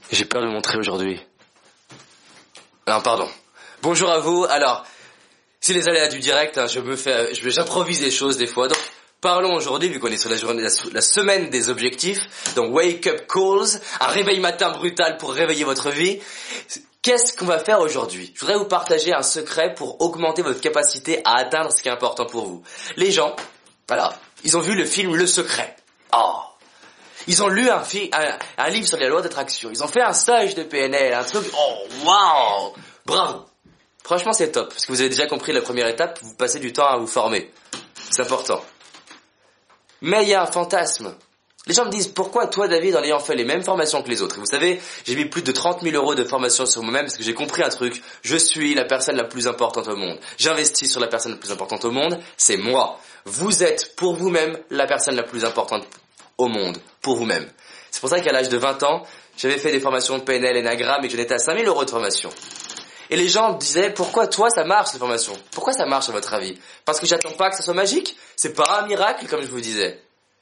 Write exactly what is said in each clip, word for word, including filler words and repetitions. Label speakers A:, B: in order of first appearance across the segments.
A: J'ai peur de le montrer aujourd'hui. Non, pardon. Bonjour à vous. Alors, c'est les aléas du direct, hein, je me fais, je j'improvise des choses des fois. Donc, parlons aujourd'hui, vu qu'on est sur la journée, la, la semaine des objectifs. Donc, wake up calls, un réveil matin brutal pour réveiller votre vie. Qu'est-ce qu'on va faire aujourd'hui? Je voudrais vous partager un secret pour augmenter votre capacité à atteindre ce qui est important pour vous. Les gens, voilà, ils ont vu le film Le Secret. Oh. Ils ont lu un, fi- un, un livre sur les lois d'attraction. Ils ont fait un stage de P N L, un truc. Oh, waouh! Bravo! Franchement, c'est top. Parce que vous avez déjà compris la première étape, vous passez du temps à vous former. C'est important. Mais il y a un fantasme. Les gens me disent, pourquoi toi, David, en ayant fait les mêmes formations que les autres? Et vous savez, j'ai mis plus de trente mille euros de formation sur moi-même parce que j'ai compris un truc. Je suis la personne la plus importante au monde. J'investis sur la personne la plus importante au monde. C'est moi. Vous êtes, pour vous-même, la personne la plus importante au monde. Pour vous-même. C'est pour ça qu'à l'âge de vingt ans, j'avais fait des formations de P N L et Nagram et que j'en étais à cinq mille euros de formation. Et les gens me disaient, pourquoi toi ça marche cette formation? Pourquoi ça marche à votre avis? Parce que j'attends pas que ça soit magique? C'est pas un miracle comme je vous disais.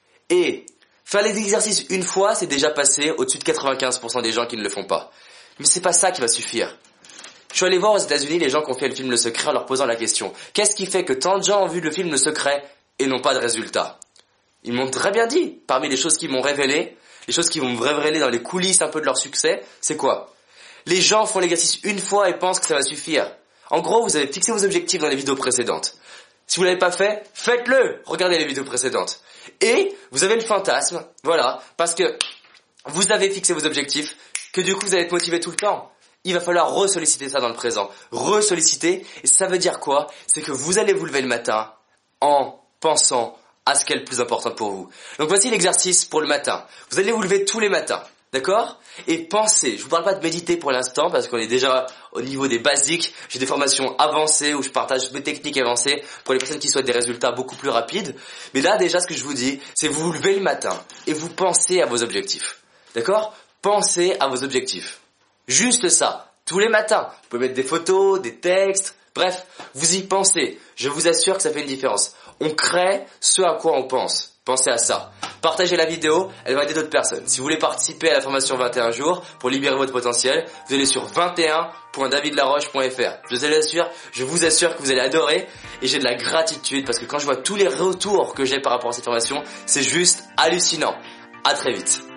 A: Et faire les exercices une fois, c'est déjà passé au-dessus de quatre-vingt-quinze pour cent des gens qui ne le font pas. Mais c'est pas ça qui va suffire. Je suis allé voir aux États-Unis les gens qui ont fait le film Le Secret en leur posant la question. Qu'est-ce qui fait que tant de gens ont vu le film Le Secret et n'ont pas de résultat? Ils m'ont très bien dit, parmi les choses qu'ils m'ont révélées, les choses qui vont me révéler dans les coulisses un peu de leur succès, c'est quoi? Les gens font l'exercice une fois et pensent que ça va suffire. En gros, vous avez fixé vos objectifs dans les vidéos précédentes. Si vous l'avez pas fait, faites-le. Regardez les vidéos précédentes. Et vous avez le fantasme, voilà, parce que vous avez fixé vos objectifs, que du coup vous allez être motivé tout le temps. Il va falloir ressolliciter ça dans le présent. Ressolliciter, et ça veut dire quoi? C'est que vous allez vous lever le matin en pensant à ce qui est le plus important pour vous. Donc voici l'exercice pour le matin. Vous allez vous lever tous les matins. D'accord? Et pensez, je vous parle pas de méditer pour l'instant parce qu'on est déjà au niveau des basiques. J'ai des formations avancées où je partage mes techniques avancées pour les personnes qui souhaitent des résultats beaucoup plus rapides. Mais là déjà ce que je vous dis, c'est vous vous levez le matin et vous pensez à vos objectifs. D'accord? Pensez à vos objectifs. Juste ça, tous les matins. Vous pouvez mettre des photos, des textes, bref, vous y pensez. Je vous assure que ça fait une différence. On crée ce à quoi on pense. Pensez à ça. Partagez la vidéo, elle va aider d'autres personnes. Si vous voulez participer à la formation vingt et un jours pour libérer votre potentiel, vous allez sur vingt et un point david laroche point f r. Je vous assure, je vous assure que vous allez adorer et j'ai de la gratitude parce que quand je vois tous les retours que j'ai par rapport à cette formation, c'est juste hallucinant. À très vite.